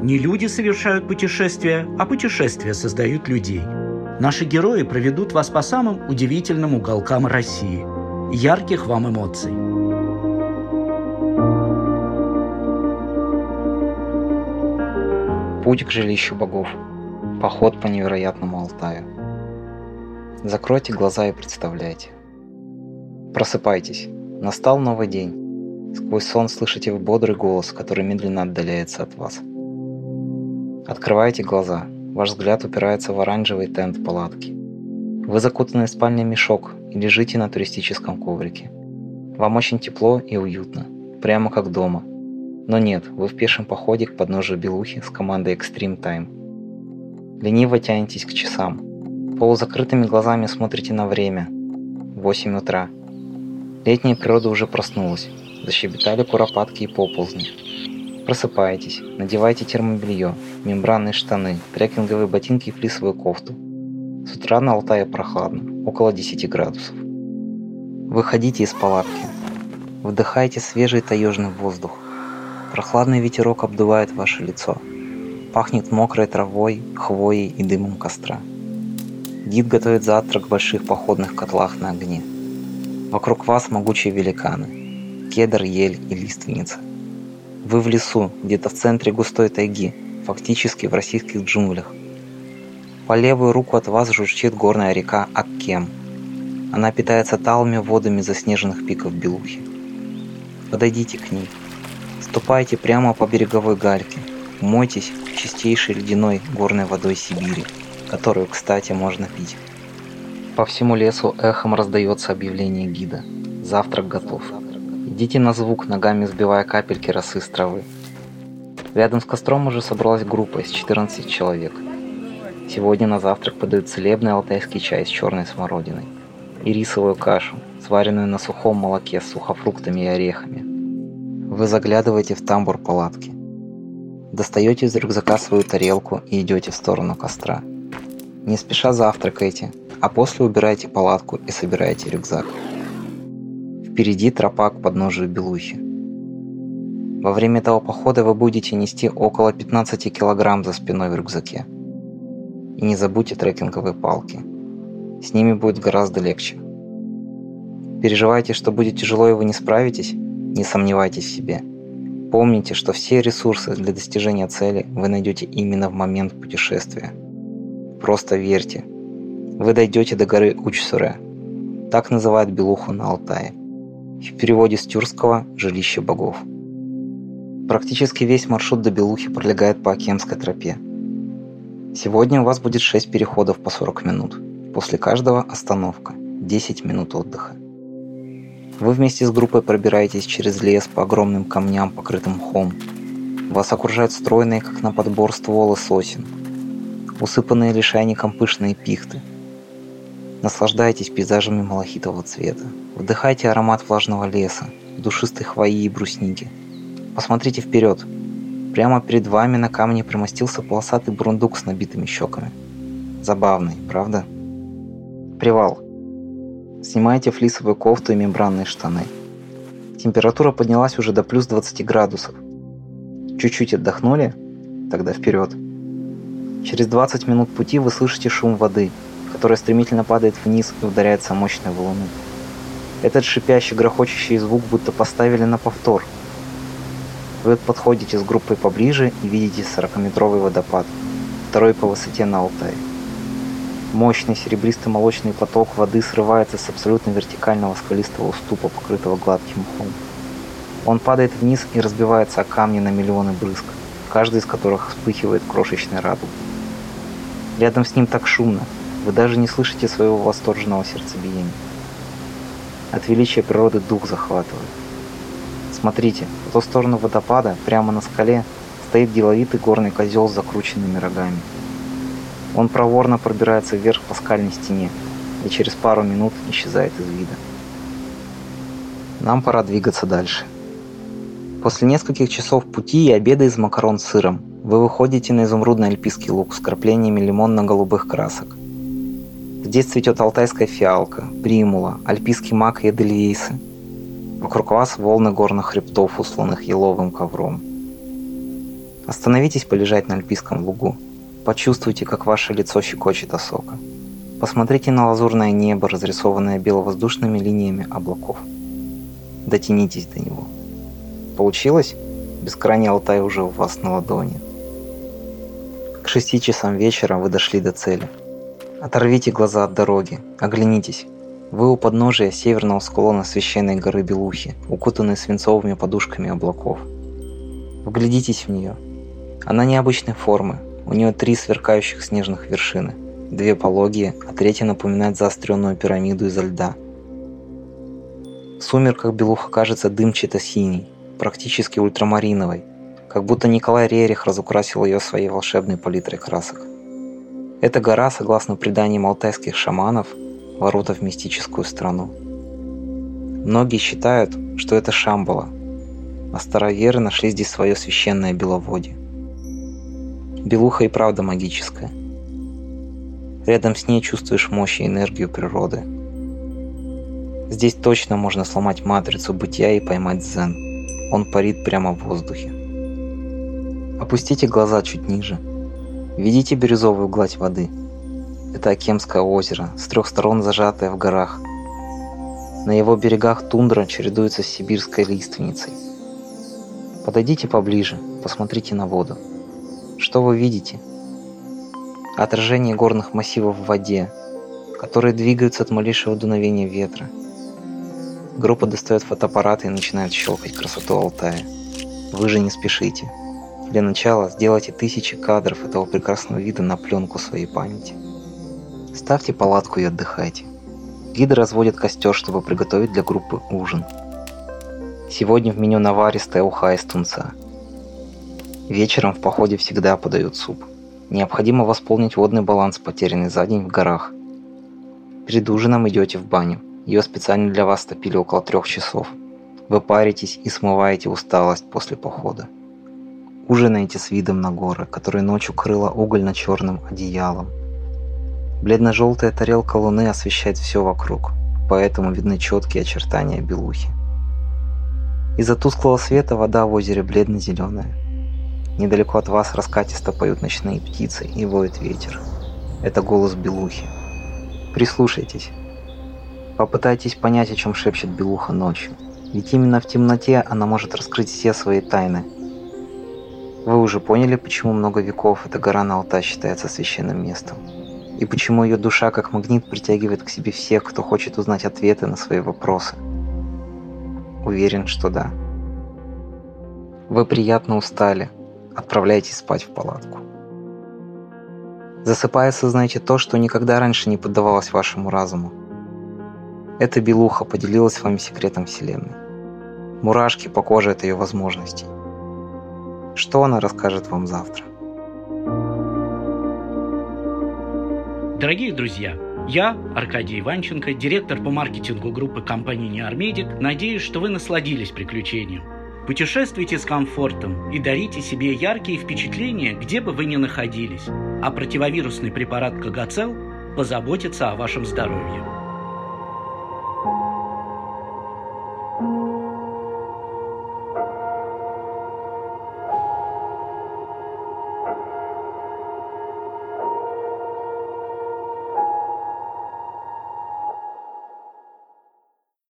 Не люди совершают путешествия, а путешествия создают людей. Наши герои проведут вас по самым удивительным уголкам России. Ярких вам эмоций! Путь к жилищу богов. Поход по невероятному Алтаю. Закройте глаза и представляйте. Просыпайтесь. Настал новый день. Сквозь сон слышите вы бодрый голос, который медленно отдаляется от вас. Открываете глаза. Ваш взгляд упирается в оранжевый тент палатки. Вы закутаны в спальный мешок и лежите на туристическом коврике. Вам очень тепло и уютно, прямо как дома. Но нет, вы в пешем походе к подножию Белухи с командой Extreme Time. Лениво тянетесь к часам. Полузакрытыми глазами смотрите на время. 8 утра. Летняя природа уже проснулась. Защебетали куропатки и поползни. Просыпаетесь, надевайте термобелье, мембранные штаны, трекинговые ботинки и флисовую кофту. С утра на Алтае прохладно, около 10 градусов. Выходите из палатки. Вдыхайте свежий таежный воздух. Прохладный ветерок обдувает ваше лицо. Пахнет мокрой травой, хвоей и дымом костра. Гид готовит завтрак в больших походных котлах на огне. Вокруг вас могучие великаны. Кедр, ель и лиственница. Вы в лесу, где-то в центре густой тайги, фактически в российских джунглях. По левую руку от вас журчит горная река Аккем. Она питается талыми водами заснеженных пиков Белухи. Подойдите к ней. Ступайте прямо по береговой гальке. Мойтесь чистейшей ледяной горной водой Сибири, которую, кстати, можно пить. По всему лесу эхом раздается объявление гида. Завтрак готов. Идите на звук, ногами сбивая капельки росы с травы. Рядом с костром уже собралась группа из 14 человек. Сегодня на завтрак подают целебный алтайский чай с черной смородиной и рисовую кашу, сваренную на сухом молоке с сухофруктами и орехами. Вы заглядываете в тамбур палатки. Достаете из рюкзака свою тарелку и идете в сторону костра. Не спеша завтракайте, а после убирайте палатку и собираете рюкзак. Впереди тропа к подножию Белухи. Во время этого похода вы будете нести около 15 килограмм за спиной в рюкзаке. И не забудьте трекинговые палки. С ними будет гораздо легче. Переживаете, что будет тяжело и вы не справитесь? Не сомневайтесь в себе. Помните, что все ресурсы для достижения цели вы найдете именно в момент путешествия. Просто верьте. Вы дойдете до горы Уч-Суре. Так называют Белуху на Алтае. В переводе с тюркского «жилище богов». Практически весь маршрут до Белухи пролегает по Аккемской тропе. Сегодня у вас будет 6 переходов по 40 минут. После каждого остановка, 10 минут отдыха. Вы вместе с группой пробираетесь через лес по огромным камням, покрытым мхом. Вас окружают стройные, как на подбор, стволы сосен, усыпанные лишайником пышные пихты. Наслаждайтесь пейзажами малахитового цвета. Вдыхайте аромат влажного леса, душистой хвои и брусники. Посмотрите вперед. Прямо перед вами на камне примостился полосатый бурундук с набитыми щеками. Забавный, правда? Привал. Снимайте флисовую кофту и мембранные штаны. Температура поднялась уже до плюс 20 градусов. Чуть-чуть отдохнули? Тогда вперед. Через 20 минут пути вы слышите шум воды, которая стремительно падает вниз и ударяется о мощные валуны. Этот шипящий, грохочущий звук будто поставили на повтор. Вы подходите с группой поближе и видите 40-метровый водопад, второй по высоте на Алтае. Мощный серебристо-молочный поток воды срывается с абсолютно вертикального скалистого уступа, покрытого гладким мхом. Он падает вниз и разбивается о камни на миллионы брызг, каждый из которых вспыхивает крошечной радугой. Рядом с ним так шумно, вы даже не слышите своего восторженного сердцебиения. От величия природы дух захватывает. Смотрите, по ту сторону водопада, прямо на скале, стоит деловитый горный козел с закрученными рогами. Он проворно пробирается вверх по скальной стене и через пару минут исчезает из вида. Нам пора двигаться дальше. После нескольких часов пути и обеда из макарон с сыром вы выходите на изумрудный альпийский луг с краплениями лимонно-голубых красок. Здесь цветет алтайская фиалка, примула, альпийский мак и эдельвейсы. Вокруг вас волны горных хребтов, усланных еловым ковром. Остановитесь полежать на альпийском лугу. Почувствуйте, как ваше лицо щекочет от сока. Посмотрите на лазурное небо, разрисованное беловоздушными линиями облаков. Дотянитесь до него. Получилось? Бескрайний Алтай уже у вас на ладони. К 6 часам вечера вы дошли до цели. Оторвите глаза от дороги, оглянитесь. Вы у подножия северного склона священной горы Белухи, укутанной свинцовыми подушками облаков. Вглядитесь в нее. Она необычной формы, у нее 3 сверкающих снежных вершины, 2 пологие, а 3 напоминает заостренную пирамиду изо льда. В сумерках Белуха кажется дымчато-синей, практически ультрамариновой, как будто Николай Рерих разукрасил ее своей волшебной палитрой красок. Эта гора, согласно преданиям алтайских шаманов, ворота в мистическую страну. Многие считают, что это Шамбала, а староверы нашли здесь свое священное беловодье. Белуха и правда магическая. Рядом с ней чувствуешь мощь и энергию природы. Здесь точно можно сломать матрицу бытия и поймать дзен. Он парит прямо в воздухе. Опустите глаза чуть ниже. Видите бирюзовую гладь воды? Это Акемское озеро, с 3 сторон зажатое в горах. На его берегах тундра чередуется с сибирской лиственницей. Подойдите поближе, посмотрите на воду. Что вы видите? Отражение горных массивов в воде, которые двигаются от малейшего дуновения ветра. Группа достает фотоаппарат и начинает щелкать красоту Алтая. Вы же не спешите. Для начала сделайте 1000 кадров этого прекрасного вида на пленку своей памяти. Ставьте палатку и отдыхайте. Гиды разводят костер, чтобы приготовить для группы ужин. Сегодня в меню наваристая уха из тунца. Вечером в походе всегда подают суп. Необходимо восполнить водный баланс, потерянный за день в горах. Перед ужином идете в баню. Ее специально для вас топили около 3 часов. Вы паритесь и смываете усталость после похода. Ужинаете с видом на горы, которые ночью крыло угольно-черным одеялом. Бледно-желтая тарелка луны освещает все вокруг, поэтому видны четкие очертания Белухи. Из-за тусклого света вода в озере бледно-зеленая. Недалеко от вас раскатисто поют ночные птицы и воет ветер. Это голос Белухи. Прислушайтесь. Попытайтесь понять, о чем шепчет Белуха ночью. Ведь именно в темноте она может раскрыть все свои тайны. Вы уже поняли, почему много веков эта гора на Алтай считается священным местом? И почему ее душа как магнит притягивает к себе всех, кто хочет узнать ответы на свои вопросы? Уверен, что да. Вы приятно устали. Отправляйтесь спать в палатку. Засыпая, осознайте то, что никогда раньше не поддавалось вашему разуму. Эта Белуха поделилась с вами секретом Вселенной. Мурашки по коже от ее возможностей. Что она расскажет вам завтра? Дорогие друзья, я, Аркадий Иванченко, директор по маркетингу группы компании Неармедик, надеюсь, что вы насладились приключением. Путешествуйте с комфортом и дарите себе яркие впечатления, где бы вы ни находились. А противовирусный препарат Кагацел позаботится о вашем здоровье.